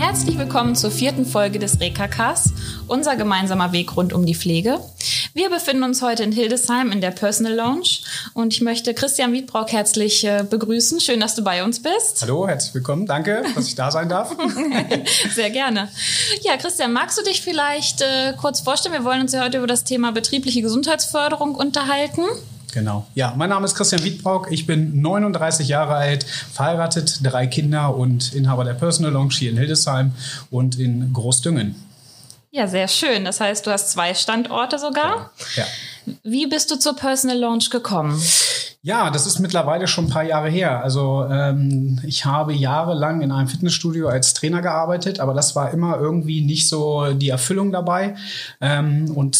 Herzlich willkommen zur 4. Folge des Reka-Casts, unser gemeinsamer Weg rund um die Pflege. Wir befinden uns heute in Hildesheim in der Personal Lounge und ich möchte Christian Wiedbrock herzlich begrüßen. Schön, dass du bei uns bist. Hallo, herzlich willkommen. Danke, dass ich da sein darf. Sehr gerne. Ja, Christian, magst du dich vielleicht kurz vorstellen? Wir wollen uns ja heute über das Thema betriebliche Gesundheitsförderung unterhalten. Genau. Ja, mein Name ist Christian Wiedbrock. Ich bin 39 Jahre alt, verheiratet, 3 Kinder und Inhaber der Personal Lounge hier in Hildesheim und in Großdüngen. Ja, sehr schön. Das heißt, du hast 2 Standorte sogar. Ja. Wie bist du zur Personal Lounge gekommen? Ja, das ist mittlerweile schon ein paar Jahre her. Also ich habe jahrelang in einem Fitnessstudio als Trainer gearbeitet, aber das war immer irgendwie nicht so die Erfüllung dabei. Und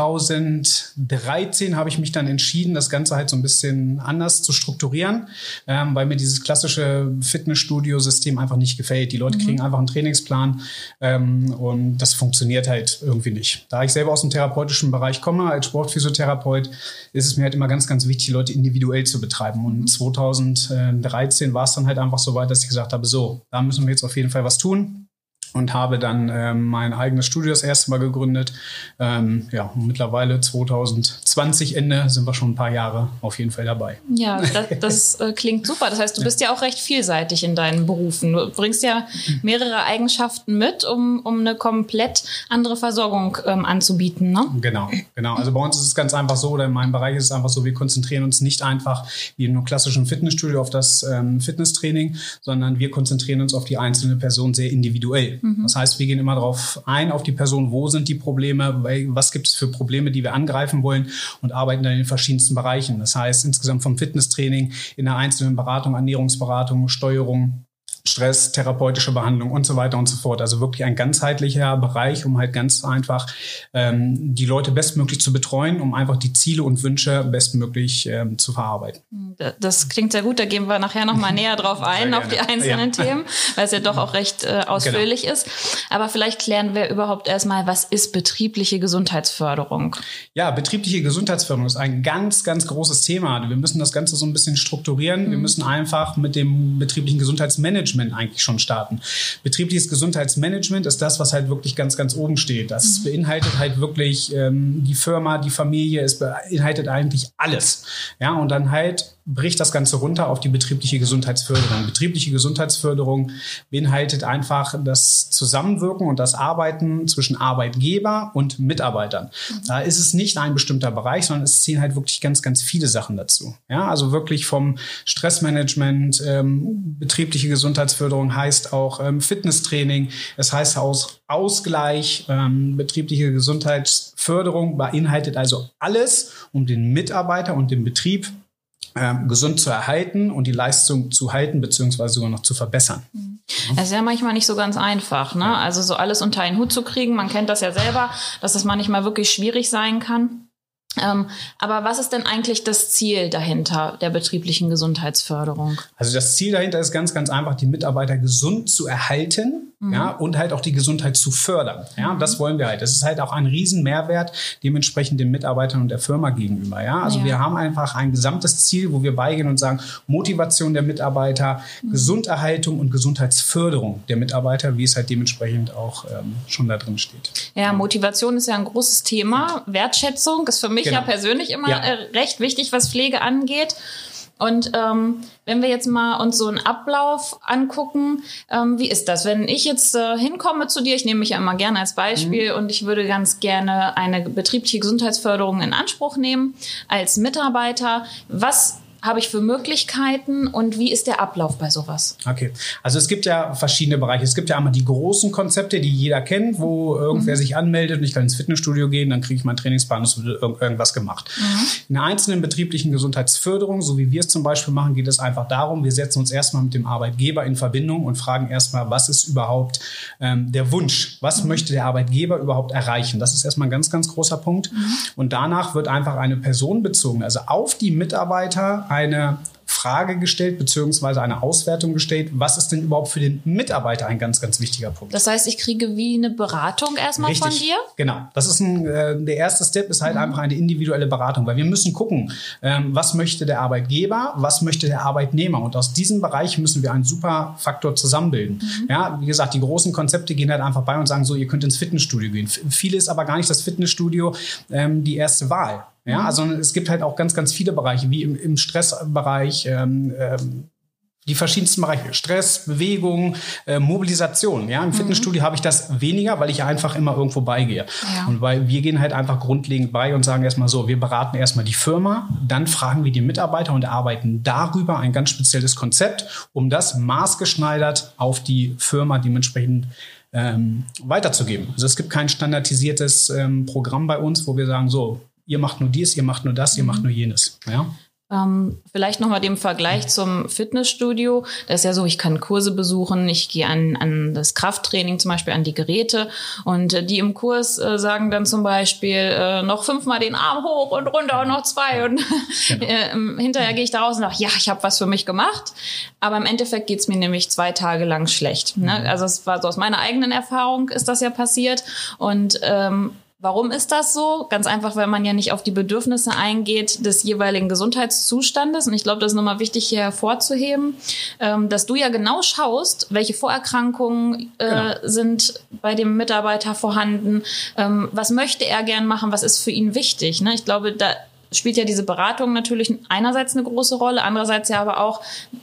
2013 habe ich mich dann entschieden, das Ganze halt so ein bisschen anders zu strukturieren, weil mir dieses klassische Fitnessstudio-System einfach nicht gefällt. Die Leute kriegen einfach einen Trainingsplan und das funktioniert halt irgendwie nicht. Da ich selber aus dem therapeutischen Bereich komme, als Sportphysiotherapeut, ist es mir halt immer ganz, ganz wichtig, die Leute individuell zu betreiben. Und 2013 war es dann halt einfach so weit, dass ich gesagt habe, so, da müssen wir jetzt auf jeden Fall was tun. Und habe dann mein eigenes Studio das erste Mal gegründet. Und mittlerweile 2020 Ende sind wir schon ein paar Jahre auf jeden Fall dabei. Ja, das klingt super. Das heißt, du bist ja auch recht vielseitig in deinen Berufen. Du bringst ja mehrere Eigenschaften mit, um eine komplett andere Versorgung anzubieten, ne? Genau. Also bei uns ist es ganz einfach so, oder in meinem Bereich ist es einfach so, wir konzentrieren uns nicht einfach wie in einem klassischen Fitnessstudio auf das Fitnesstraining, sondern wir konzentrieren uns auf die einzelne Person sehr individuell. Das heißt, wir gehen immer darauf ein, auf die Person, wo sind die Probleme, was gibt es für Probleme, die wir angreifen wollen und arbeiten dann in den verschiedensten Bereichen. Das heißt, insgesamt vom Fitnesstraining in der einzelnen Beratung, Ernährungsberatung, Steuerung, Stress, therapeutische Behandlung und so weiter und so fort. Also wirklich ein ganzheitlicher Bereich, um halt ganz einfach die Leute bestmöglich zu betreuen, um einfach die Ziele und Wünsche bestmöglich zu verarbeiten. Das klingt sehr gut. Da gehen wir nachher nochmal näher drauf ein, auf die einzelnen Themen, weil es ja doch auch recht ausführlich ist. Aber vielleicht klären wir überhaupt erstmal, was ist betriebliche Gesundheitsförderung? Ja, betriebliche Gesundheitsförderung ist ein ganz, ganz großes Thema. Wir müssen das Ganze so ein bisschen strukturieren. Wir müssen einfach mit dem betrieblichen Gesundheitsmanagement eigentlich schon starten. Betriebliches Gesundheitsmanagement ist das, was halt wirklich ganz, ganz oben steht. Das beinhaltet halt wirklich die Firma, die Familie, es beinhaltet eigentlich alles. Ja, und dann halt bricht das Ganze runter auf die betriebliche Gesundheitsförderung. Betriebliche Gesundheitsförderung beinhaltet einfach das Zusammenwirken und das Arbeiten zwischen Arbeitgeber und Mitarbeitern. Da ist es nicht ein bestimmter Bereich, sondern es zählen halt wirklich ganz, ganz viele Sachen dazu. Ja, also wirklich vom Stressmanagement, betriebliche Gesundheitsförderung heißt auch Fitnesstraining, es heißt Ausgleich, betriebliche Gesundheitsförderung beinhaltet also alles, um den Mitarbeiter und den Betrieb gesund zu erhalten und die Leistung zu halten beziehungsweise sogar noch zu verbessern. Das ist ja manchmal nicht so ganz einfach, ne? Also so alles unter einen Hut zu kriegen. Man kennt das ja selber, dass das manchmal wirklich schwierig sein kann. Aber was ist denn eigentlich das Ziel dahinter der betrieblichen Gesundheitsförderung? Also das Ziel dahinter ist ganz, ganz einfach, die Mitarbeiter gesund zu erhalten, ja, und halt auch die Gesundheit zu fördern. Ja, das wollen wir halt. Das ist halt auch ein Riesenmehrwert dementsprechend den Mitarbeitern und der Firma gegenüber. Ja, also wir haben einfach ein gesamtes Ziel, wo wir beigehen und sagen, Motivation der Mitarbeiter, Gesunderhaltung und Gesundheitsförderung der Mitarbeiter, wie es halt dementsprechend auch schon da drin steht. Ja, Motivation ist ja ein großes Thema. Wertschätzung ist für mich ja persönlich immer recht wichtig, was Pflege angeht. Und wenn wir jetzt mal uns so einen Ablauf angucken, wie ist das? Wenn ich jetzt hinkomme zu dir, ich nehme mich ja immer gerne als Beispiel und ich würde ganz gerne eine betriebliche Gesundheitsförderung in Anspruch nehmen als Mitarbeiter. Was habe ich für Möglichkeiten und wie ist der Ablauf bei sowas? Okay, also es gibt ja verschiedene Bereiche. Es gibt ja einmal die großen Konzepte, die jeder kennt, wo irgendwer sich anmeldet und ich kann ins Fitnessstudio gehen, dann kriege ich meinen Trainingsplan, es wird irgendwas gemacht. In der einzelnen betrieblichen Gesundheitsförderung, so wie wir es zum Beispiel machen, geht es einfach darum, wir setzen uns erstmal mit dem Arbeitgeber in Verbindung und fragen erstmal, was ist überhaupt der Wunsch? Was möchte der Arbeitgeber überhaupt erreichen? Das ist erstmal ein ganz, ganz großer Punkt. Und danach wird einfach eine Person bezogen, also auf die Mitarbeiter eine Frage gestellt, beziehungsweise eine Auswertung gestellt, was ist denn überhaupt für den Mitarbeiter ein ganz, ganz wichtiger Punkt. Das heißt, ich kriege wie eine Beratung erstmal von dir? Genau. Das ist der erste Step, ist halt einfach eine individuelle Beratung, weil wir müssen gucken, was möchte der Arbeitgeber, was möchte der Arbeitnehmer, und aus diesem Bereich müssen wir einen super Faktor zusammenbilden. Ja, wie gesagt, die großen Konzepte gehen halt einfach bei und sagen so, ihr könnt ins Fitnessstudio gehen. Viele ist aber gar nicht das Fitnessstudio die erste Wahl. Ja, also es gibt halt auch ganz, ganz viele Bereiche, wie im Stressbereich, die verschiedensten Bereiche. Stress, Bewegung, Mobilisation. Ja, im Fitnessstudio habe ich das weniger, weil ich einfach immer irgendwo beigehe. Ja. Und wir gehen halt einfach grundlegend bei und sagen erstmal so, wir beraten erstmal die Firma, dann fragen wir die Mitarbeiter und erarbeiten darüber ein ganz spezielles Konzept, um das maßgeschneidert auf die Firma dementsprechend weiterzugeben. Also es gibt kein standardisiertes Programm bei uns, wo wir sagen, so, ihr macht nur dies, ihr macht nur das, ihr macht nur jenes. Ja? Vielleicht nochmal dem Vergleich zum Fitnessstudio. Das ist ja so, ich kann Kurse besuchen, ich gehe an das Krafttraining, zum Beispiel an die Geräte, und die im Kurs sagen dann zum Beispiel noch 5-mal den Arm hoch und runter und noch 2 und genau. Hinterher gehe ich da raus und sage, ja, ich habe was für mich gemacht, aber im Endeffekt geht's mir nämlich 2 Tage lang schlecht. Ne? Also es war so aus meiner eigenen Erfahrung ist das ja passiert, und warum ist das so? Ganz einfach, weil man ja nicht auf die Bedürfnisse eingeht des jeweiligen Gesundheitszustandes. Und ich glaube, das ist nochmal wichtig hier hervorzuheben, dass du ja genau schaust, welche Vorerkrankungen sind bei dem Mitarbeiter vorhanden, was möchte er gern machen, was ist für ihn wichtig. Ne? Ich glaube, da spielt ja diese Beratung natürlich einerseits eine große Rolle, andererseits ja aber auch,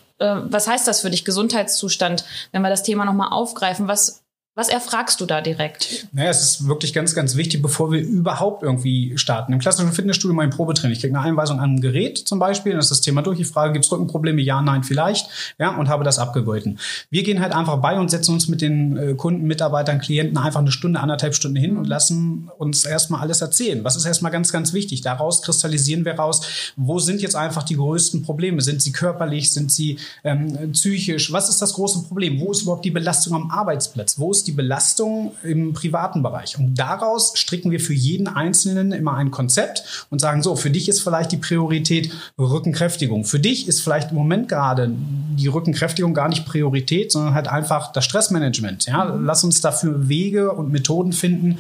was heißt das für dich, Gesundheitszustand, wenn wir das Thema nochmal aufgreifen, was erfragst du da direkt? Naja, es ist wirklich ganz, ganz wichtig, bevor wir überhaupt irgendwie starten. Im klassischen Fitnessstudio mal ein Probetraining. Ich kriege eine Einweisung an ein Gerät zum Beispiel, dann ist das Thema durch. Ich frage, gibt es Rückenprobleme? Ja, nein, vielleicht. Ja, und habe das abgegolten. Wir gehen halt einfach bei und setzen uns mit den Kunden, Mitarbeitern, Klienten einfach 1 Stunde, 1,5 Stunden hin und lassen uns erstmal alles erzählen. Was ist erstmal ganz, ganz wichtig? Daraus kristallisieren wir raus, wo sind jetzt einfach die größten Probleme? Sind sie körperlich? Sind sie psychisch? Was ist das große Problem? Wo ist überhaupt die Belastung am Arbeitsplatz? Wo ist die Belastung im privaten Bereich? Und daraus stricken wir für jeden Einzelnen immer ein Konzept und sagen so, für dich ist vielleicht die Priorität Rückenkräftigung. Für dich ist vielleicht im Moment gerade die Rückenkräftigung gar nicht Priorität, sondern halt einfach das Stressmanagement. Ja? Lass uns dafür Wege und Methoden finden,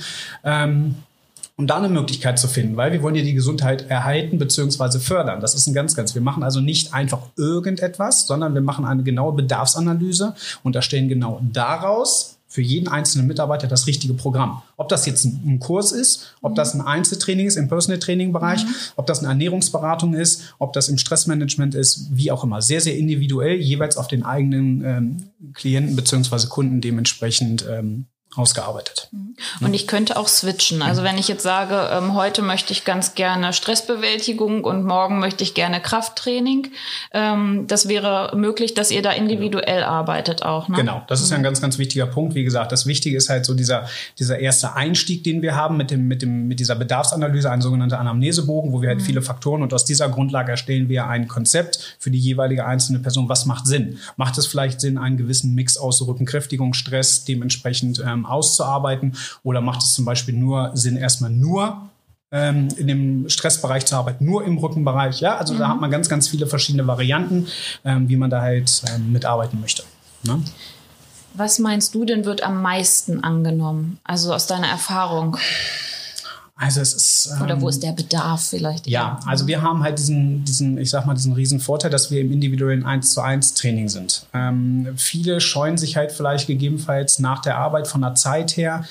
um da eine Möglichkeit zu finden, weil wir wollen ja die Gesundheit erhalten bzw. fördern. Das ist ein ganz. Wir machen also nicht einfach irgendetwas, sondern wir machen eine genaue Bedarfsanalyse und erstellen genau daraus für jeden einzelnen Mitarbeiter das richtige Programm. Ob das jetzt ein Kurs ist, ob das ein Einzeltraining ist im Personal Training Bereich, ob das eine Ernährungsberatung ist, ob das im Stressmanagement ist, wie auch immer. Sehr, sehr individuell, jeweils auf den eigenen Klienten bzw. Kunden dementsprechend ausgearbeitet. Und ich könnte auch switchen. Also wenn ich jetzt sage, heute möchte ich ganz gerne Stressbewältigung und morgen möchte ich gerne Krafttraining, das wäre möglich, dass ihr da individuell arbeitet auch. Ne? Genau, das ist ja ein ganz wichtiger Punkt. Wie gesagt, das Wichtige ist halt so dieser erste Einstieg, den wir haben mit dieser Bedarfsanalyse, ein sogenannter Anamnesebogen, wo wir halt viele Faktoren, und aus dieser Grundlage erstellen wir ein Konzept für die jeweilige einzelne Person. Was macht Sinn? Macht es vielleicht Sinn, einen gewissen Mix aus Rückenkräftigung, Stress dementsprechend auszuarbeiten, oder macht es zum Beispiel nur Sinn, erstmal nur in dem Stressbereich zu arbeiten, nur im Rückenbereich. Ja, also da hat man ganz viele verschiedene Varianten, wie man da halt mitarbeiten möchte. Ne? Was meinst du denn, wird am meisten angenommen? Also aus deiner Erfahrung? Also es ist oder wo ist der Bedarf vielleicht? Ja, also wir haben halt diesen riesen Vorteil, dass wir im individuellen 1:1 Training sind. Viele scheuen sich halt vielleicht gegebenenfalls nach der Arbeit von der Zeit her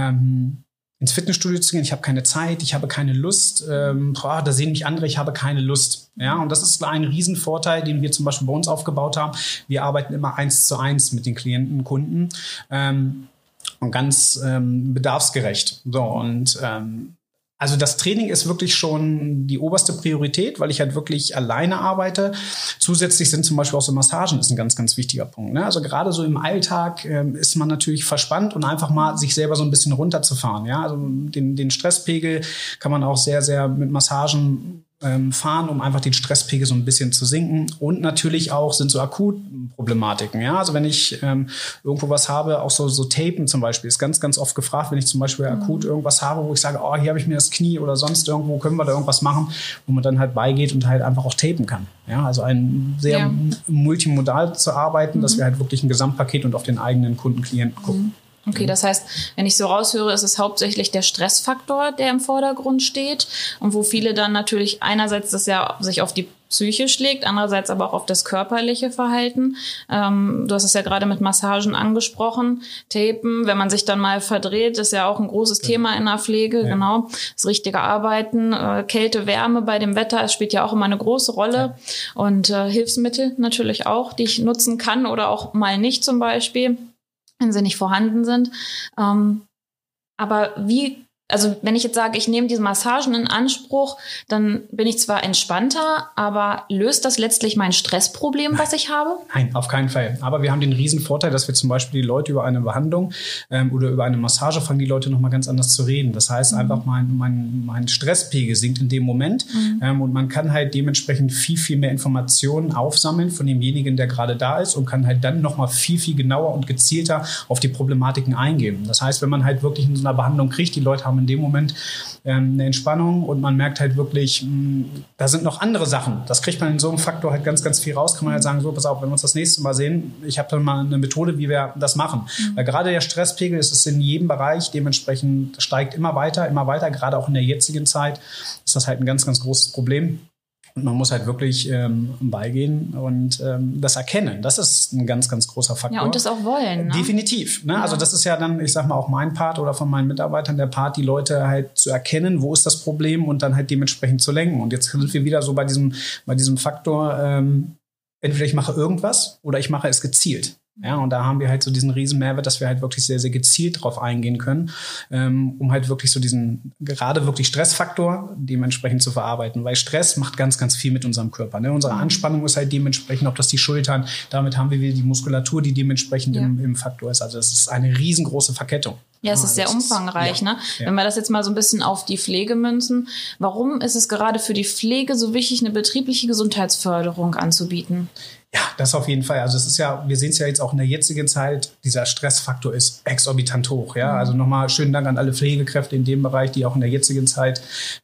ins Fitnessstudio zu gehen. Ich habe keine Zeit, ich habe keine Lust. Da sehen mich andere, ich habe keine Lust. Ja, und das ist ein Riesenvorteil, den wir zum Beispiel bei uns aufgebaut haben. Wir arbeiten immer 1:1 mit den Klienten, Kunden. Und ganz bedarfsgerecht. So, und also das Training ist wirklich schon die oberste Priorität, weil ich halt wirklich alleine arbeite. Zusätzlich sind zum Beispiel auch so Massagen, ist ein ganz wichtiger Punkt. Ne? Also gerade so im Alltag ist man natürlich verspannt, und einfach mal sich selber so ein bisschen runterzufahren. Ja? Also den Stresspegel kann man auch sehr, sehr mit Massagen fahren, um einfach den Stresspegel so ein bisschen zu sinken. Und natürlich auch sind so Akutproblematiken. Ja, also wenn ich irgendwo was habe, auch so Tapen zum Beispiel, ist ganz, ganz oft gefragt, wenn ich zum Beispiel akut irgendwas habe, wo ich sage, oh, hier habe ich mir das Knie oder sonst irgendwo, können wir da irgendwas machen, wo man dann halt beigeht und halt einfach auch tapen kann. Ja, also ein sehr multimodal zu arbeiten, dass wir halt wirklich ein Gesamtpaket und auf den eigenen Kunden, Klienten gucken. Okay, das heißt, wenn ich so raushöre, ist es hauptsächlich der Stressfaktor, der im Vordergrund steht und wo viele dann natürlich einerseits das ja sich auf die Psyche schlägt, andererseits aber auch auf das körperliche Verhalten. Du hast es ja gerade mit Massagen angesprochen. Tapen, wenn man sich dann mal verdreht, ist ja auch ein großes Thema in der Pflege. Ja. Genau, das richtige Arbeiten, Kälte, Wärme bei dem Wetter, es spielt ja auch immer eine große Rolle. Ja. Und Hilfsmittel natürlich auch, die ich nutzen kann oder auch mal nicht zum Beispiel, wenn sie nicht vorhanden sind. Aber also wenn ich jetzt sage, ich nehme diese Massagen in Anspruch, dann bin ich zwar entspannter, aber löst das letztlich mein Stressproblem, was ich habe? Nein, auf keinen Fall. Aber wir haben den riesen Vorteil, dass wir zum Beispiel die Leute über eine Behandlung oder über eine Massage fangen die Leute nochmal ganz anders zu reden. Das heißt einfach, mein Stresspegel sinkt in dem Moment und man kann halt dementsprechend viel, viel mehr Informationen aufsammeln von demjenigen, der gerade da ist und kann halt dann nochmal viel, viel genauer und gezielter auf die Problematiken eingehen. Das heißt, wenn man halt wirklich in so einer Behandlung kriegt, die Leute haben in dem Moment eine Entspannung und man merkt halt wirklich, da sind noch andere Sachen. Das kriegt man in so einem Faktor halt ganz, ganz viel raus. Kann man halt sagen, so, pass auf, wenn wir uns das nächste Mal sehen, ich habe dann mal eine Methode, wie wir das machen. Weil gerade der Stresspegel ist es in jedem Bereich, dementsprechend steigt immer weiter, gerade auch in der jetzigen Zeit ist das halt ein ganz, ganz großes Problem. Und man muss halt wirklich beigehen und das erkennen. Das ist ein ganz, ganz großer Faktor. Ja, und das auch wollen. Ne? Definitiv. Ne? Ja. Also das ist ja dann, ich sag mal, auch mein Part oder von meinen Mitarbeitern der Part, die Leute halt zu erkennen, wo ist das Problem und dann halt dementsprechend zu lenken. Und jetzt sind wir wieder so bei diesem Faktor, entweder ich mache irgendwas oder ich mache es gezielt. Ja, und da haben wir halt so diesen riesen Mehrwert, dass wir halt wirklich sehr, sehr gezielt drauf eingehen können, um halt wirklich so diesen gerade wirklich Stressfaktor dementsprechend zu verarbeiten. Weil Stress macht ganz, ganz viel mit unserem Körper. Ne? Unsere Anspannung ist halt dementsprechend, ob das die Schultern, damit haben wir wieder die Muskulatur, die dementsprechend im Faktor ist. Also es ist eine riesengroße Verkettung. Ja, es ist sehr umfangreich. Ne? Ja. Wenn wir das jetzt mal so ein bisschen auf die Pflege münzen, warum ist es gerade für die Pflege so wichtig, eine betriebliche Gesundheitsförderung anzubieten? Ja, das auf jeden Fall. Also es ist ja, wir sehen es ja jetzt auch in der jetzigen Zeit, dieser Stressfaktor ist exorbitant hoch. Ja, also nochmal schönen Dank an alle Pflegekräfte in dem Bereich, die auch in der jetzigen Zeit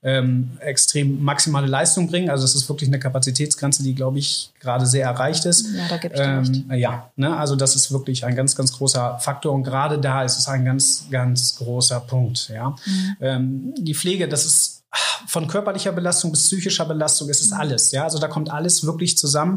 extrem maximale Leistung bringen. Also es ist wirklich eine Kapazitätsgrenze, die, glaube ich, gerade sehr erreicht ist. Ja, da gebe ich dir recht. Ja, ne, also das ist wirklich ein ganz, ganz großer Faktor und gerade da ist es ein ganz, ganz großer Punkt. Ja, die Pflege, das ist von körperlicher Belastung bis psychischer Belastung, ist es alles. Ja, also da kommt alles wirklich zusammen.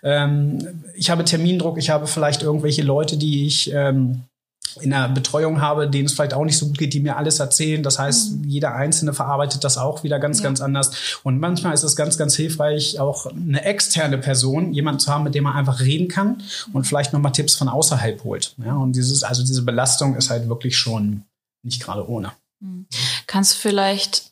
Ich habe Termindruck, ich habe vielleicht irgendwelche Leute, die ich in der Betreuung habe, denen es vielleicht auch nicht so gut geht, die mir alles erzählen. Das heißt, jeder Einzelne verarbeitet das auch wieder ganz, ganz anders. Und manchmal ist es ganz, ganz hilfreich, auch eine externe Person, jemanden zu haben, mit dem man einfach reden kann und vielleicht nochmal Tipps von außerhalb holt. Ja, und diese Belastung ist halt wirklich schon nicht gerade ohne. Kannst du vielleicht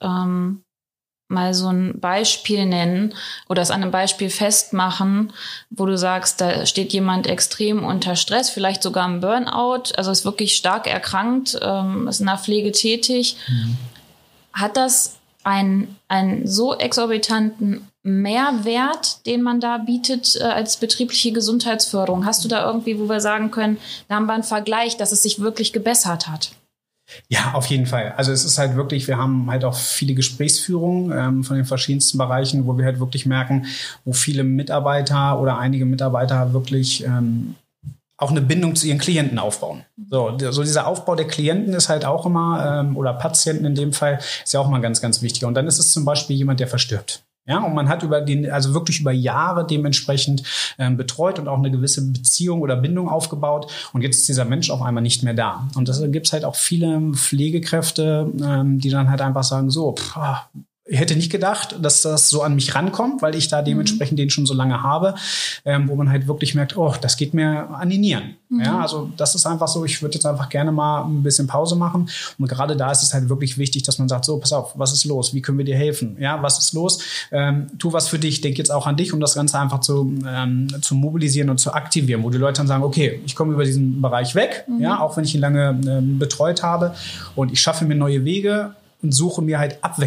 mal so ein Beispiel nennen oder es an einem Beispiel festmachen, wo du sagst, da steht jemand extrem unter Stress, vielleicht sogar im Burnout, also ist wirklich stark erkrankt, ist in der Pflege tätig. Hat das einen so exorbitanten Mehrwert, den man da bietet als betriebliche Gesundheitsförderung? Hast du da irgendwie, wo wir sagen können, da haben wir einen Vergleich, dass es sich wirklich gebessert hat? Ja, auf jeden Fall. Also es ist halt wirklich, wir haben halt auch viele Gesprächsführungen von den verschiedensten Bereichen, wo wir halt wirklich merken, wo viele Mitarbeiter oder einige Mitarbeiter wirklich auch eine Bindung zu ihren Klienten aufbauen. So dieser Aufbau der Klienten ist halt auch immer, oder Patienten in dem Fall, ist ja auch mal ganz, ganz wichtig. Und dann ist es zum Beispiel jemand, der verstirbt. Ja, und man hat wirklich über Jahre dementsprechend betreut und auch eine gewisse Beziehung oder Bindung aufgebaut. Und jetzt ist dieser Mensch auf einmal nicht mehr da. Und das gibt es halt auch viele Pflegekräfte, die dann halt einfach sagen, so, ich hätte nicht gedacht, dass das so an mich rankommt, weil ich da dementsprechend den schon so lange habe, wo man halt wirklich merkt, oh, das geht mir an die Nieren. Ja, also das ist einfach so, ich würde jetzt einfach gerne mal ein bisschen Pause machen. Und gerade da ist es halt wirklich wichtig, dass man sagt, so, pass auf, was ist los? Wie können wir dir helfen? Ja, was ist los? Tu was für dich, denk jetzt auch an dich, um das Ganze einfach zu mobilisieren und zu aktivieren, wo die Leute dann sagen, okay, ich komme über diesen Bereich weg, ja, auch wenn ich ihn lange betreut habe und ich schaffe mir neue Wege und suche mir halt Abwechslung.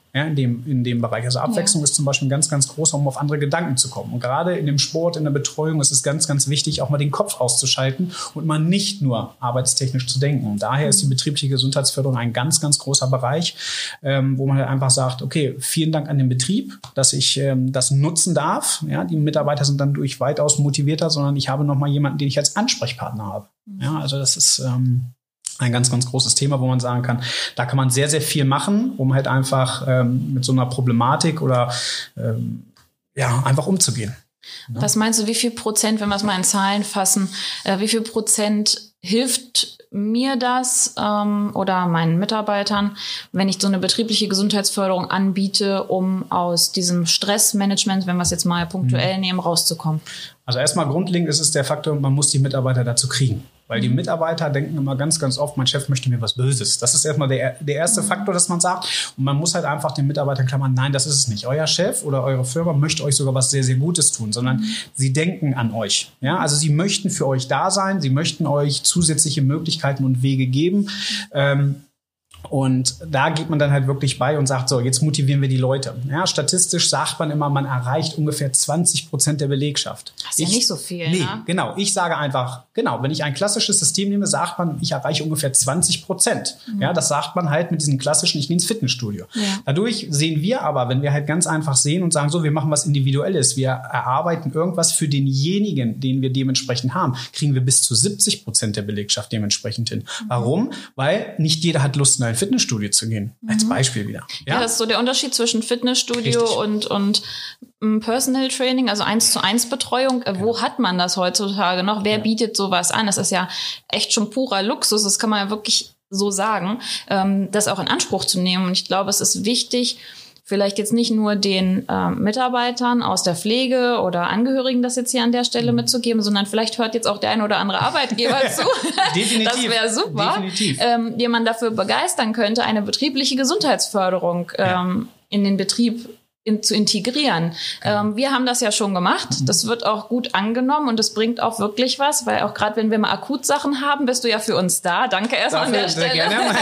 Ja, in dem Bereich. Also Abwechslung ist zum Beispiel ganz, ganz groß, um auf andere Gedanken zu kommen. Und gerade in dem Sport, in der Betreuung ist es ganz, ganz wichtig, auch mal den Kopf auszuschalten und mal nicht nur arbeitstechnisch zu denken. Und daher ist die betriebliche Gesundheitsförderung ein ganz, ganz großer Bereich, wo man halt einfach sagt, okay, vielen Dank an den Betrieb, dass ich das nutzen darf. Ja, die Mitarbeiter sind dann durch weitaus motivierter, sondern ich habe nochmal jemanden, den ich als Ansprechpartner habe. Ja, also das ist ein ganz, ganz großes Thema, wo man sagen kann, da kann man sehr, sehr viel machen, um halt einfach mit so einer Problematik oder einfach umzugehen. Ja. Was meinst du, wie viel Prozent, wenn wir es mal in Zahlen fassen, wie viel Prozent hilft mir das oder meinen Mitarbeitern, wenn ich so eine betriebliche Gesundheitsförderung anbiete, um aus diesem Stressmanagement, wenn wir es jetzt mal punktuell nehmen, rauszukommen? Also erstmal grundlegend ist es der Faktor, man muss die Mitarbeiter dazu kriegen. Weil die Mitarbeiter denken immer ganz, ganz oft, mein Chef möchte mir was Böses. Das ist erstmal der erste Faktor, dass man sagt. Und man muss halt einfach den Mitarbeitern klar machen, nein, das ist es nicht. Euer Chef oder eure Firma möchte euch sogar was sehr, sehr Gutes tun, sondern sie denken an euch. Ja, also sie möchten für euch da sein, sie möchten euch zusätzliche Möglichkeiten und Wege geben. Und da geht man dann halt wirklich bei und sagt, so, jetzt motivieren wir die Leute. Ja, statistisch sagt man immer, man erreicht ungefähr 20% der Belegschaft. Das ist ja nicht so viel. Nee, ne? Genau. Ich sage einfach, wenn ich ein klassisches System nehme, sagt man, ich erreiche ungefähr 20%. Ja, das sagt man halt mit diesen klassischen, ich gehe ins Fitnessstudio. Ja. Dadurch sehen wir aber, wenn wir halt ganz einfach sehen und sagen, so, wir machen was Individuelles, wir erarbeiten irgendwas für denjenigen, den wir dementsprechend haben, kriegen wir bis zu 70% der Belegschaft dementsprechend hin. Warum? Weil nicht jeder hat Lust, in ein Fitnessstudio zu gehen. Als Beispiel wieder. Ja, das ist so der Unterschied zwischen Fitnessstudio und Personal Training, also 1:1 Betreuung. Wo hat man das heutzutage noch? Wer bietet sowas an? Das ist ja echt schon purer Luxus. Das kann man ja wirklich so sagen, das auch in Anspruch zu nehmen. Und ich glaube, es ist wichtig, vielleicht jetzt nicht nur den Mitarbeitern aus der Pflege oder Angehörigen das jetzt hier an der Stelle mitzugeben, sondern vielleicht hört jetzt auch der ein oder andere Arbeitgeber zu. Definitiv. Das wäre super. Definitiv. Den man dafür begeistern könnte, eine betriebliche Gesundheitsförderung in den Betrieb zu integrieren. Wir haben das ja schon gemacht. Das wird auch gut angenommen und das bringt auch wirklich was, weil auch gerade wenn wir mal Akutsachen haben, bist du ja für uns da. Danke erstmal an der Stelle. Sehr gerne.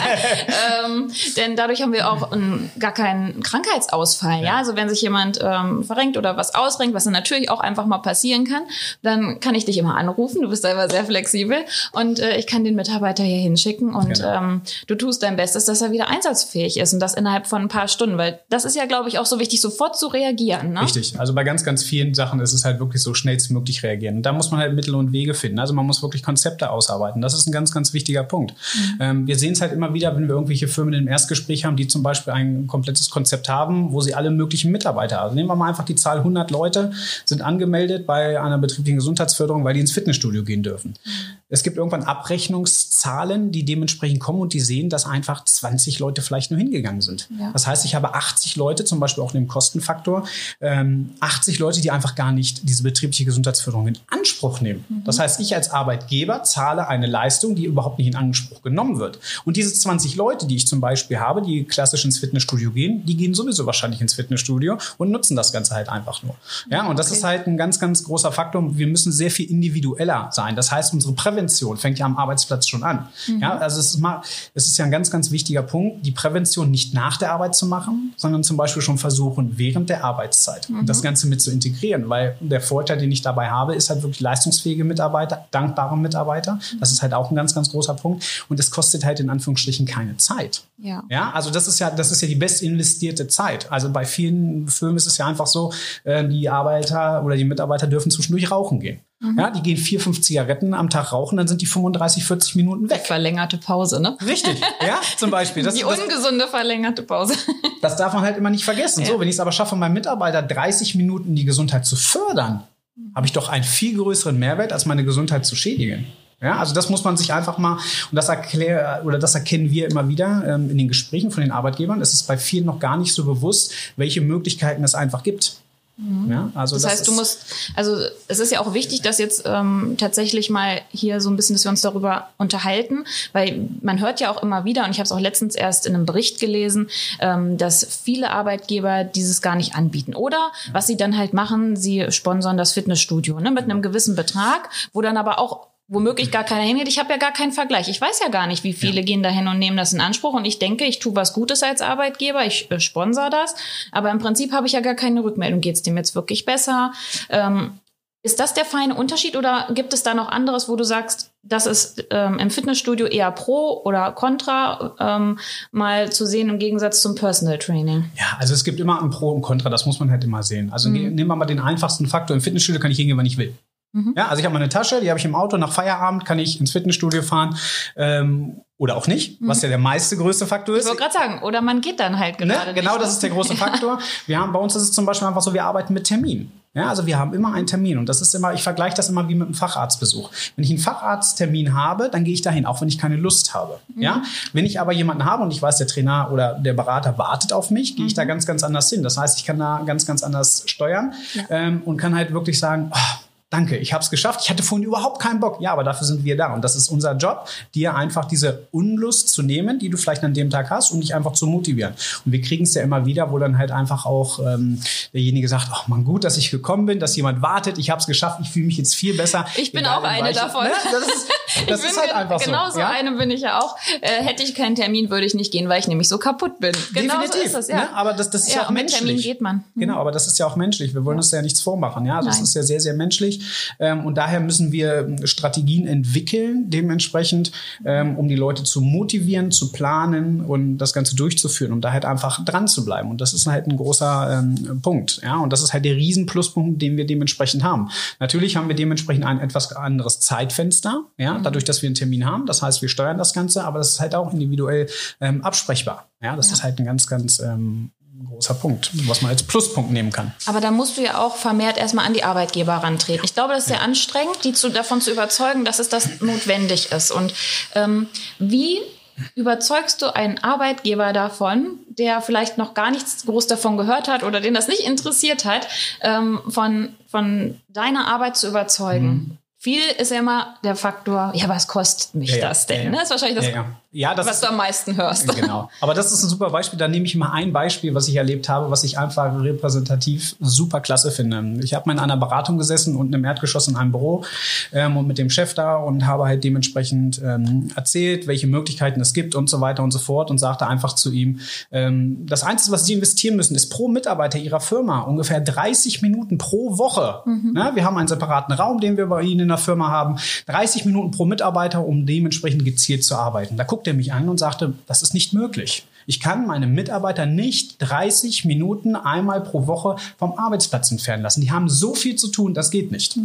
Denn dadurch haben wir auch gar keinen Krankheitsausfall. Ja, also wenn sich jemand verrenkt oder was ausrenkt, was dann natürlich auch einfach mal passieren kann, dann kann ich dich immer anrufen. Du bist selber sehr flexibel und ich kann den Mitarbeiter hier hinschicken und du tust dein Bestes, dass er wieder einsatzfähig ist und das innerhalb von ein paar Stunden, weil das ist ja, glaube ich, auch so wichtig, sofort zu reagieren. Ne? Richtig. Also bei ganz, ganz vielen Sachen ist es halt wirklich so schnellstmöglich reagieren. Und da muss man halt Mittel und Wege finden. Also man muss wirklich Konzepte ausarbeiten. Das ist ein ganz, ganz wichtiger Punkt. Wir sehen es halt immer wieder, wenn wir irgendwelche Firmen im Erstgespräch haben, die zum Beispiel ein komplettes Konzept haben, wo sie alle möglichen Mitarbeiter haben. Also nehmen wir mal einfach die Zahl 100 Leute sind angemeldet bei einer betrieblichen Gesundheitsförderung, weil die ins Fitnessstudio gehen dürfen. Es gibt irgendwann Abrechnungszahlen, die dementsprechend kommen und die sehen, dass einfach 20 Leute vielleicht nur hingegangen sind. Ja. Das heißt, ich habe 80 Leute, zum Beispiel auch in dem Kostenfaktor, 80 Leute, die einfach gar nicht diese betriebliche Gesundheitsförderung in Anspruch nehmen. Das heißt, ich als Arbeitgeber zahle eine Leistung, die überhaupt nicht in Anspruch genommen wird. Und diese 20 Leute, die ich zum Beispiel habe, die klassisch ins Fitnessstudio gehen, die gehen sowieso wahrscheinlich ins Fitnessstudio und nutzen das Ganze halt einfach nur. Ja, und das ist halt ein ganz, ganz großer Faktor. Wir müssen sehr viel individueller sein. Das heißt, unsere Prävention fängt ja am Arbeitsplatz schon an. Ja, also es ist ja ein ganz, ganz wichtiger Punkt, die Prävention nicht nach der Arbeit zu machen, sondern zum Beispiel schon versuchen, während der Arbeitszeit das Ganze mit zu integrieren, weil der Vorteil, den ich dabei habe, ist halt wirklich leistungsfähige Mitarbeiter, dankbare Mitarbeiter. Das ist halt auch ein ganz, ganz großer Punkt. Und es kostet halt in Anführungsstrichen keine Zeit. Ja, also das ist ja die best investierte Zeit. Also bei vielen Firmen ist es ja einfach so, die Arbeiter oder die Mitarbeiter dürfen zwischendurch rauchen gehen. Ja, die gehen 4-5 Zigaretten am Tag rauchen, dann sind die 35-40 Minuten weg. Verlängerte Pause, ne? Richtig, ja, zum Beispiel. Die ungesunde verlängerte Pause. Das darf man halt immer nicht vergessen. So, wenn ich es aber schaffe, meinem Mitarbeiter 30 Minuten die Gesundheit zu fördern, habe ich doch einen viel größeren Mehrwert, als meine Gesundheit zu schädigen. Ja, also das muss man sich einfach mal, und das erkennen wir immer wieder in den Gesprächen von den Arbeitgebern. Es ist bei vielen noch gar nicht so bewusst, welche Möglichkeiten es einfach gibt. Ja, also das heißt, es ist ja auch wichtig, dass jetzt tatsächlich mal hier so ein bisschen, dass wir uns darüber unterhalten, weil man hört ja auch immer wieder, und ich habe es auch letztens erst in einem Bericht gelesen, dass viele Arbeitgeber dieses gar nicht anbieten. Oder was sie dann halt machen, sie sponsern das Fitnessstudio, ne, mit einem gewissen Betrag, wo dann aber auch womöglich gar keiner hingeht. Ich habe ja gar keinen Vergleich. Ich weiß ja gar nicht, wie viele gehen dahin und nehmen das in Anspruch. Und ich denke, ich tue was Gutes als Arbeitgeber. Ich sponsere das. Aber im Prinzip habe ich ja gar keine Rückmeldung. Geht es dem jetzt wirklich besser? Ist das der feine Unterschied oder gibt es da noch anderes, wo du sagst, das ist im Fitnessstudio eher pro oder contra mal zu sehen im Gegensatz zum Personal Training? Ja, also es gibt immer ein Pro und Contra, das muss man halt immer sehen. Also nehmen wir mal den einfachsten Faktor. Im Fitnessstudio kann ich hingehen, wann ich will. Ja, also ich habe meine Tasche, die habe ich im Auto, nach Feierabend kann ich ins Fitnessstudio fahren oder auch nicht, was ja der größte Faktor ist. Ich wollte gerade sagen, oder man geht dann halt gerade nicht. Genau, das ist der große Faktor. Bei uns ist es zum Beispiel einfach so, wir arbeiten mit Termin. Ja, also wir haben immer einen Termin und das ist immer, ich vergleiche das immer wie mit einem Facharztbesuch. Wenn ich einen Facharzttermin habe, dann gehe ich dahin, auch wenn ich keine Lust habe. Ja, wenn ich aber jemanden habe und ich weiß, der Trainer oder der Berater wartet auf mich, gehe ich da ganz, ganz anders hin. Das heißt, ich kann da ganz, ganz anders steuern und kann halt wirklich sagen, danke, ich habe es geschafft. Ich hatte vorhin überhaupt keinen Bock. Ja, aber dafür sind wir da. Und das ist unser Job, dir einfach diese Unlust zu nehmen, die du vielleicht an dem Tag hast, um dich einfach zu motivieren. Und wir kriegen es ja immer wieder, wo dann halt einfach auch derjenige sagt, ach man, gut, dass ich gekommen bin, dass jemand wartet. Ich habe es geschafft. Ich fühle mich jetzt viel besser. Ich bin auch eine davon. Ne? Das ist halt einfach so. Genau so eine bin ich ja auch. Hätte ich keinen Termin, würde ich nicht gehen, weil ich nämlich so kaputt bin. Genau definitiv. So ist das, ja. Ne? Aber das ist ja auch menschlich. Mit Termin geht man. Genau, aber das ist ja auch menschlich. Wir wollen uns ja nichts vormachen. Ja, das ist ja sehr, sehr menschlich. Und daher müssen wir Strategien entwickeln, dementsprechend, um die Leute zu motivieren, zu planen und das Ganze durchzuführen, um da halt einfach dran zu bleiben. Und das ist halt ein großer Punkt. Ja, und das ist halt der Riesenpluspunkt, den wir dementsprechend haben. Natürlich haben wir dementsprechend ein etwas anderes Zeitfenster, ja, dadurch, dass wir einen Termin haben. Das heißt, wir steuern das Ganze, aber das ist halt auch individuell absprechbar. Ja, das ist halt ein ganz, ganz großer Punkt, was man als Pluspunkt nehmen kann. Aber da musst du ja auch vermehrt erstmal an die Arbeitgeber rantreten. Ich glaube, das ist sehr anstrengend, die davon zu überzeugen, dass es das notwendig ist. Und wie überzeugst du einen Arbeitgeber davon, der vielleicht noch gar nichts groß davon gehört hat oder den das nicht interessiert hat, von deiner Arbeit zu überzeugen? Viel ist ja immer der Faktor, ja, was kostet mich das denn? Ja. Ne? Das ist wahrscheinlich das, was du am meisten hörst. Genau. Aber das ist ein super Beispiel. Da nehme ich mal ein Beispiel, was ich erlebt habe, was ich einfach repräsentativ super klasse finde. Ich habe mal in einer Beratung gesessen unten im Erdgeschoss in einem Büro und mit dem Chef da und habe halt dementsprechend erzählt, welche Möglichkeiten es gibt und so weiter und so fort und sagte einfach zu ihm, das Einzige, was Sie investieren müssen, ist pro Mitarbeiter Ihrer Firma ungefähr 30 Minuten pro Woche. Ne? Wir haben einen separaten Raum, den wir bei Ihnen in der Firma haben, 30 Minuten pro Mitarbeiter, um dementsprechend gezielt zu arbeiten. Da guckt er mich an und sagte, das ist nicht möglich. Ich kann meine Mitarbeiter nicht 30 Minuten einmal pro Woche vom Arbeitsplatz entfernen lassen. Die haben so viel zu tun, das geht nicht.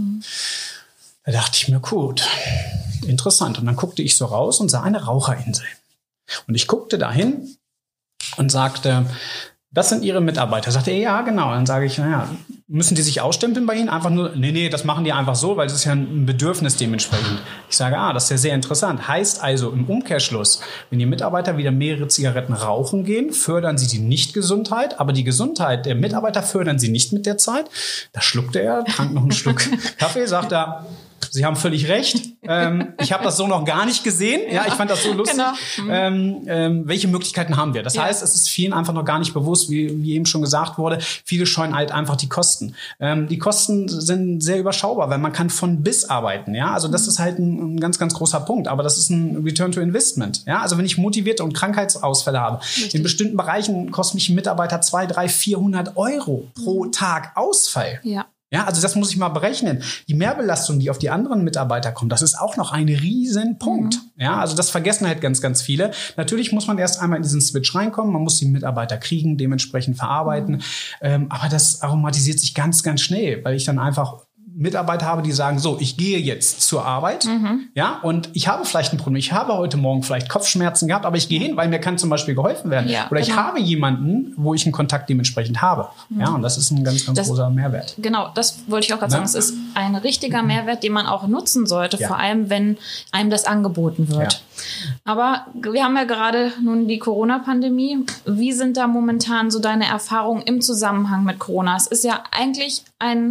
Da dachte ich mir, gut, interessant. Und dann guckte ich so raus und sah eine Raucherinsel. Und ich guckte dahin und sagte, das sind Ihre Mitarbeiter. Sagte er, ja, genau. Dann sage ich, naja, müssen die sich ausstempeln bei Ihnen? Einfach nur, nee, das machen die einfach so, weil es ist ja ein Bedürfnis dementsprechend. Ich sage, das ist ja sehr interessant. Heißt also im Umkehrschluss, wenn die Mitarbeiter wieder mehrere Zigaretten rauchen gehen, fördern sie die Nicht-Gesundheit, aber die Gesundheit der Mitarbeiter fördern sie nicht mit der Zeit. Da schluckte er, trank noch einen Schluck Kaffee, sagt er, Sie haben völlig recht. Ich habe das so noch gar nicht gesehen. Ja, ich fand das so lustig. Genau. Welche Möglichkeiten haben wir? Das heißt, es ist vielen einfach noch gar nicht bewusst, wie eben schon gesagt wurde. Viele scheuen halt einfach die Kosten. Die Kosten sind sehr überschaubar, weil man kann von bis arbeiten. Ja, also das ist halt ein ganz, ganz großer Punkt. Aber das ist ein Return to Investment. Ja, also wenn ich motivierte und Krankheitsausfälle habe, in bestimmten Bereichen kostet mich ein Mitarbeiter 200, 300, 400 Euro pro Tag Ausfall. Ja. Ja, also das muss ich mal berechnen. Die Mehrbelastung, die auf die anderen Mitarbeiter kommt, das ist auch noch ein Riesenpunkt. Ja, also das vergessen halt ganz, ganz viele. Natürlich muss man erst einmal in diesen Switch reinkommen. Man muss die Mitarbeiter kriegen, dementsprechend verarbeiten. Aber das aromatisiert sich ganz, ganz schnell, weil ich dann einfach Mitarbeiter habe, die sagen, so, ich gehe jetzt zur Arbeit, ja, und ich habe vielleicht ein Problem. Ich habe heute Morgen vielleicht Kopfschmerzen gehabt, aber ich gehe hin, weil mir kann zum Beispiel geholfen werden. Ja, oder ich habe jemanden, wo ich einen Kontakt dementsprechend habe. Ja, und das ist ein ganz, ganz großer Mehrwert. Genau, das wollte ich auch gerade sagen. Es ist ein richtiger Mehrwert, den man auch nutzen sollte, vor allem, wenn einem das angeboten wird. Ja. Aber wir haben ja gerade nun die Corona-Pandemie. Wie sind da momentan so deine Erfahrungen im Zusammenhang mit Corona? Es ist ja eigentlich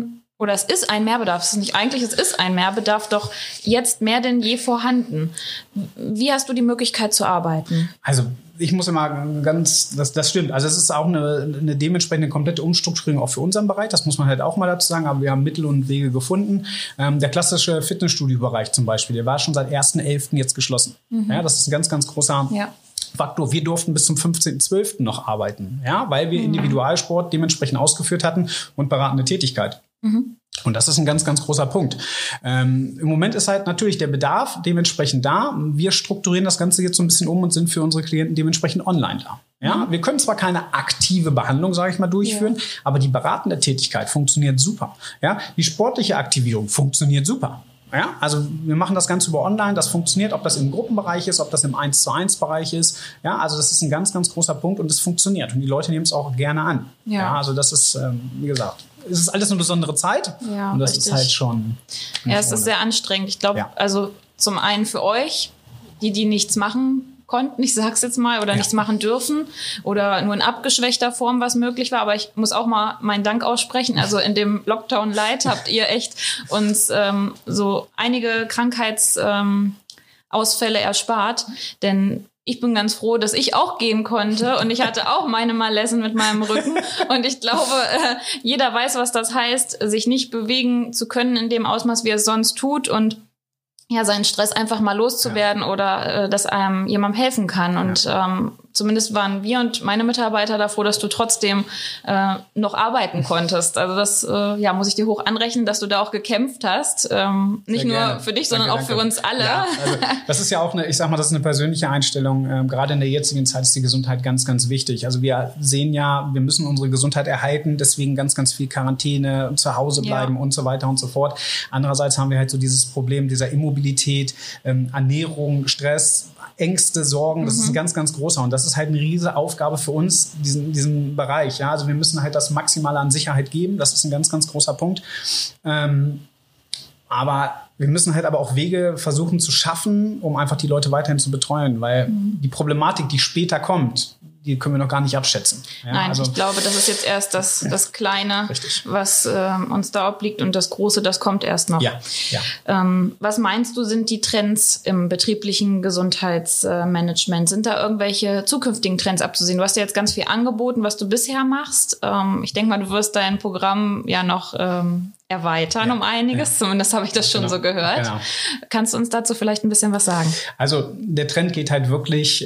oder es ist ein Mehrbedarf, es ist nicht eigentlich, es ist ein Mehrbedarf, doch jetzt mehr denn je vorhanden. Wie hast du die Möglichkeit zu arbeiten? Also ich muss immer das stimmt. Also es ist auch eine dementsprechende komplette Umstrukturierung auch für unseren Bereich. Das muss man halt auch mal dazu sagen. Aber wir haben Mittel und Wege gefunden. Der klassische Fitnessstudio-Bereich zum Beispiel, der war schon seit 1.11. jetzt geschlossen. Ja, das ist ein ganz, ganz großer Faktor. Wir durften bis zum 15.12. noch arbeiten, ja, weil wir Individualsport dementsprechend ausgeführt hatten und beratende Tätigkeit. Und das ist ein ganz, ganz großer Punkt. Im Moment ist halt natürlich der Bedarf dementsprechend da. Wir strukturieren das Ganze jetzt so ein bisschen um und sind für unsere Klienten dementsprechend online da. Ja, wir können zwar keine aktive Behandlung, sage ich mal, durchführen, aber die beratende Tätigkeit funktioniert super. Ja, die sportliche Aktivierung funktioniert super. Ja, also wir machen das Ganze über online, das funktioniert, ob das im Gruppenbereich ist, ob das im 1:1 ist. Ja, also das ist ein ganz, ganz großer Punkt und es funktioniert und die Leute nehmen es auch gerne an. Ja, also das ist, wie gesagt, es ist alles eine besondere Zeit und das ist halt schon... Ja, es ist sehr anstrengend. Ich glaube, also zum einen für euch, die nichts machen konnten, ich sag's jetzt mal, oder nichts machen dürfen oder nur in abgeschwächter Form, was möglich war. Aber ich muss auch mal meinen Dank aussprechen. Also in dem Lockdown Light habt ihr echt uns so einige Krankheitsausfälle erspart, denn ich bin ganz froh, dass ich auch gehen konnte und ich hatte auch meine Malessen mit meinem Rücken und ich glaube, jeder weiß, was das heißt, sich nicht bewegen zu können in dem Ausmaß, wie er es sonst tut und ja, seinen Stress einfach mal loszuwerden oder dass einem jemandem helfen kann. Und zumindest waren wir und meine Mitarbeiter da froh, dass du trotzdem noch arbeiten konntest. Also das muss ich dir hoch anrechnen, dass du da auch gekämpft hast. Nicht nur für dich, sondern auch für uns alle. Ja, also das ist ja auch das ist eine persönliche Einstellung. Gerade in der jetzigen Zeit ist die Gesundheit ganz, ganz wichtig. Also wir sehen ja, wir müssen unsere Gesundheit erhalten, deswegen ganz, ganz viel Quarantäne, zu Hause bleiben und so weiter und so fort. Andererseits haben wir halt so dieses Problem dieser Immobilität, Ernährung, Stress, Ängste, Sorgen, das ist ein ganz, ganz großer und das ist halt eine riesige Aufgabe für uns, diesen Bereich. Ja? Also wir müssen halt das Maximale an Sicherheit geben, das ist ein ganz, ganz großer Punkt. Aber wir müssen halt aber auch Wege versuchen zu schaffen, um einfach die Leute weiterhin zu betreuen, weil die Problematik, die später kommt, die können wir noch gar nicht abschätzen. Ja, nein, ich glaube, das ist jetzt erst das Kleine, was uns da obliegt und das Große, das kommt erst noch. Ja. Was meinst du, sind die Trends im betrieblichen Gesundheitsmanagement? Sind da irgendwelche zukünftigen Trends abzusehen? Du hast ja jetzt ganz viel angeboten, was du bisher machst. Ich denke mal, du wirst dein Programm ja noch erweitern um einiges. Zumindest habe ich das schon so gehört. Genau. Kannst du uns dazu vielleicht ein bisschen was sagen? Also der Trend geht halt wirklich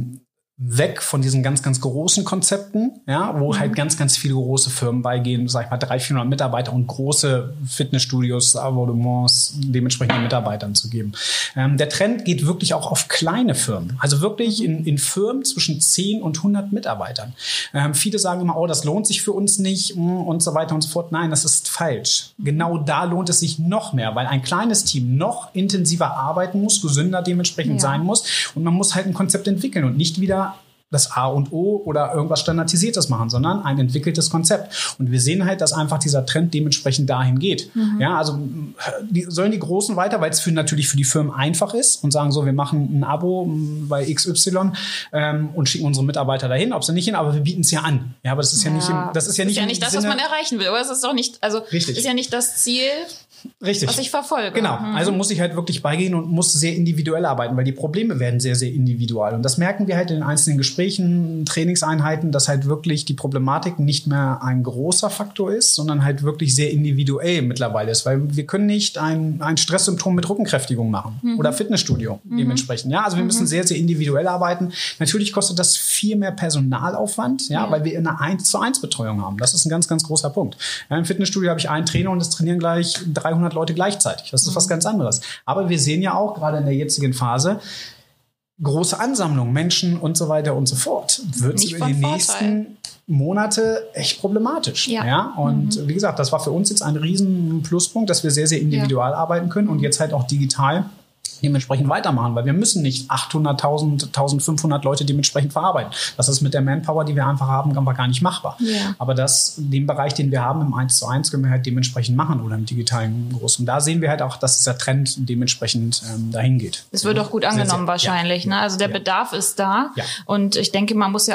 weg von diesen ganz, ganz großen Konzepten, ja, wo halt ganz, ganz viele große Firmen beigehen, sag ich mal 300-400 Mitarbeiter und große Fitnessstudios, Abonnements dementsprechend Mitarbeitern zu geben. Der Trend geht wirklich auch auf kleine Firmen, also wirklich in Firmen zwischen 10 und 100 Mitarbeitern. Viele sagen immer, oh, das lohnt sich für uns nicht und so weiter und so fort. Nein, das ist falsch. Genau da lohnt es sich noch mehr, weil ein kleines Team noch intensiver arbeiten muss, gesünder dementsprechend sein muss und man muss halt ein Konzept entwickeln und nicht wieder das A und O oder irgendwas Standardisiertes machen, sondern ein entwickeltes Konzept. Und wir sehen halt, dass einfach dieser Trend dementsprechend dahin geht. Ja, also sollen die Großen weiter, weil es natürlich für die Firmen einfach ist und sagen so, wir machen ein Abo bei XY und schicken unsere Mitarbeiter dahin, ob sie nicht hin, aber wir bieten es ja an. Ja, aber das ist ja nicht das ist ja nicht das, was man erreichen will, oder? Es ist doch nicht, also ist ja nicht das Ziel. Richtig. Was ich verfolge. Genau. Also muss ich halt wirklich beigehen und muss sehr individuell arbeiten, weil die Probleme werden sehr, sehr individual. Und das merken wir halt in den einzelnen Gesprächen, Trainingseinheiten, dass halt wirklich die Problematik nicht mehr ein großer Faktor ist, sondern halt wirklich sehr individuell mittlerweile ist. Weil wir können nicht ein Stresssymptom mit Rückenkräftigung machen oder Fitnessstudio dementsprechend. Ja, also wir müssen sehr, sehr individuell arbeiten. Natürlich kostet das viel mehr Personalaufwand, weil wir eine 1:1 Betreuung haben. Das ist ein ganz, ganz großer Punkt. Ja, im Fitnessstudio habe ich einen Trainer und es trainieren gleich 300 Leute gleichzeitig. Das ist was ganz anderes. Aber wir sehen ja auch gerade in der jetzigen Phase große Ansammlungen, Menschen und so weiter und so fort. Wird es über die nächsten Monate echt problematisch. Ja? Und wie gesagt, das war für uns jetzt ein riesen Pluspunkt, dass wir sehr, sehr individual arbeiten können und jetzt halt auch digital dementsprechend weitermachen, weil wir müssen nicht 800.000, 1.500 Leute dementsprechend verarbeiten. Das ist mit der Manpower, die wir einfach haben, einfach gar nicht machbar. Aber den Bereich, den wir haben im 1:1, können wir halt dementsprechend machen oder im digitalen Großen. Da sehen wir halt auch, dass dieser Trend dementsprechend dahin geht. Es wird auch gut angenommen wahrscheinlich. Ne? Also der Bedarf ist da und ich denke, man muss ja auch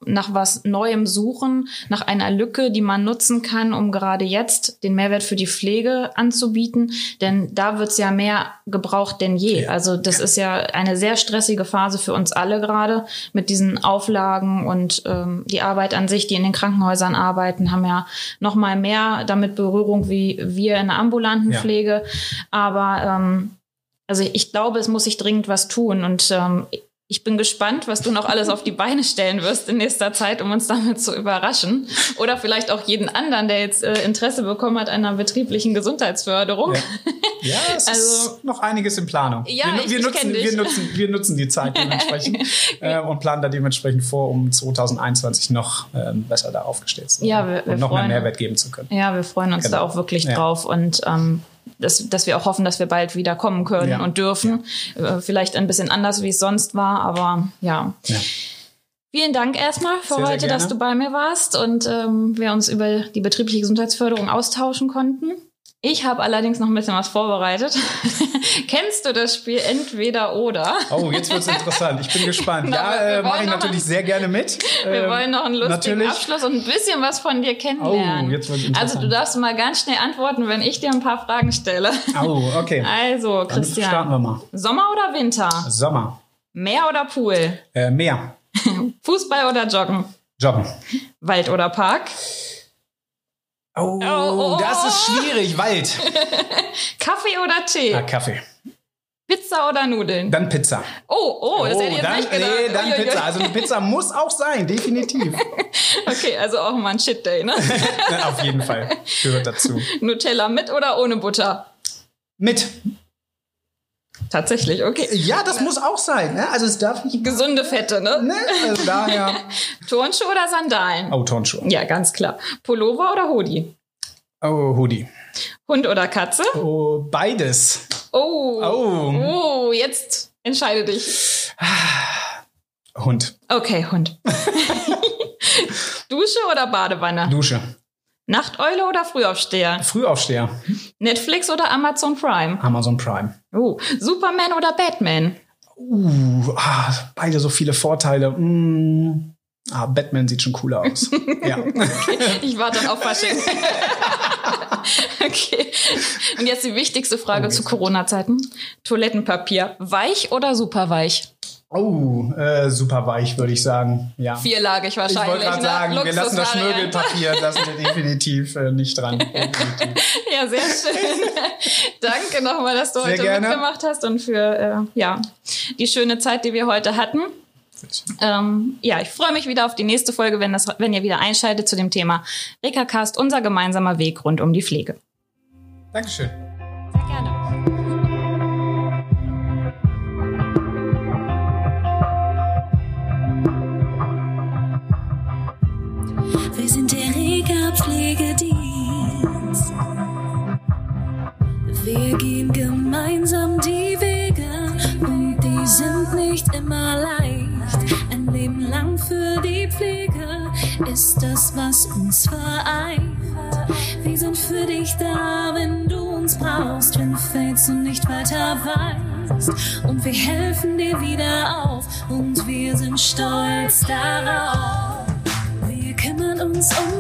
nach was Neuem suchen, nach einer Lücke, die man nutzen kann, um gerade jetzt den Mehrwert für die Pflege anzubieten. Denn da wird's ja mehr gebraucht denn je. Ja. Also das ist ja eine sehr stressige Phase für uns alle gerade mit diesen Auflagen und die Arbeit an sich, die in den Krankenhäusern arbeiten, haben ja noch mal mehr damit Berührung wie wir in der ambulanten Pflege. Aber also ich glaube, es muss sich dringend was tun und ich bin gespannt, was du noch alles auf die Beine stellen wirst in nächster Zeit, um uns damit zu überraschen. Oder vielleicht auch jeden anderen, der jetzt Interesse bekommen hat an einer betrieblichen Gesundheitsförderung. Ja, es ist noch einiges in Planung. Ja, wir nutzen die Zeit dementsprechend und planen da dementsprechend vor, um 2021 noch besser da aufgestellt zu sein und noch mehr Mehrwert geben zu können. Ja, wir freuen uns da auch wirklich drauf und dass wir auch hoffen, dass wir bald wieder kommen können und dürfen. Vielleicht ein bisschen anders, wie es sonst war, aber ja. Vielen Dank erstmal für heute, dass du bei mir warst und wir uns über die betriebliche Gesundheitsförderung austauschen konnten. Ich habe allerdings noch ein bisschen was vorbereitet. Kennst du das Spiel Entweder oder? Oh, jetzt wird's interessant. Ich bin gespannt. Mache ich natürlich sehr gerne mit. Wir wollen noch einen lustigen Abschluss und ein bisschen was von dir kennenlernen. Oh, jetzt wird's interessant. Also du darfst mal ganz schnell antworten, wenn ich dir ein paar Fragen stelle. Oh, okay. Also, Christian. Dann starten wir mal. Sommer oder Winter? Sommer. Meer oder Pool? Meer. Fußball oder Joggen? Joggen. Wald oder Park? Oh, das ist schwierig. Wald. Kaffee oder Tee? Kaffee. Pizza oder Nudeln? Dann Pizza. Oh, das hätte ich jetzt nicht gedacht. Nee, dann Pizza. Also eine Pizza muss auch sein, definitiv. Okay, also auch mal ein Shit-Day, ne? Auf jeden Fall. Gehört dazu. Nutella mit oder ohne Butter? Mit. Tatsächlich, okay. Ja, das muss auch sein. Ne? Also es darf nicht... Gesunde Fette, ne? Also daher... Turnschuhe oder Sandalen? Oh, Turnschuhe. Ja, ganz klar. Pullover oder Hoodie? Oh, Hoodie. Hund oder Katze? Oh, beides. Oh, jetzt entscheide dich. Hund. Okay, Hund. Dusche oder Badewanne? Dusche. Nachteule oder Frühaufsteher? Frühaufsteher. Netflix oder Amazon Prime? Amazon Prime. Superman oder Batman? Beide so viele Vorteile. Batman sieht schon cooler aus. Ja. Okay, ich warte dann auf Fasching. Okay. Und jetzt die wichtigste Frage zu Corona-Zeiten. Toilettenpapier, weich oder super weich? Super weich, würde ich sagen. Ja. Vierlagig wahrscheinlich. Ich wollte gerade sagen, wir lassen das Schmirgelpapier, lassen wir definitiv nicht dran. Ja, sehr schön. Danke nochmal, dass du heute mitgemacht hast und für die schöne Zeit, die wir heute hatten. Ich freue mich wieder auf die nächste Folge, wenn ihr wieder einschaltet zu dem Thema Rekacast, unser gemeinsamer Weg rund um die Pflege. Dankeschön. Sehr gerne. Wir sind der Reka-Pflegedienst. Wir gehen gemeinsam die Wege und die sind nicht immer leicht. Ein Leben lang für die Pflege ist das, was uns vereint. Wir sind für dich da, wenn du uns brauchst, wenn du fällst und nicht weiter weißt. Und wir helfen dir wieder auf und wir sind stolz darauf. Wir kümmern uns um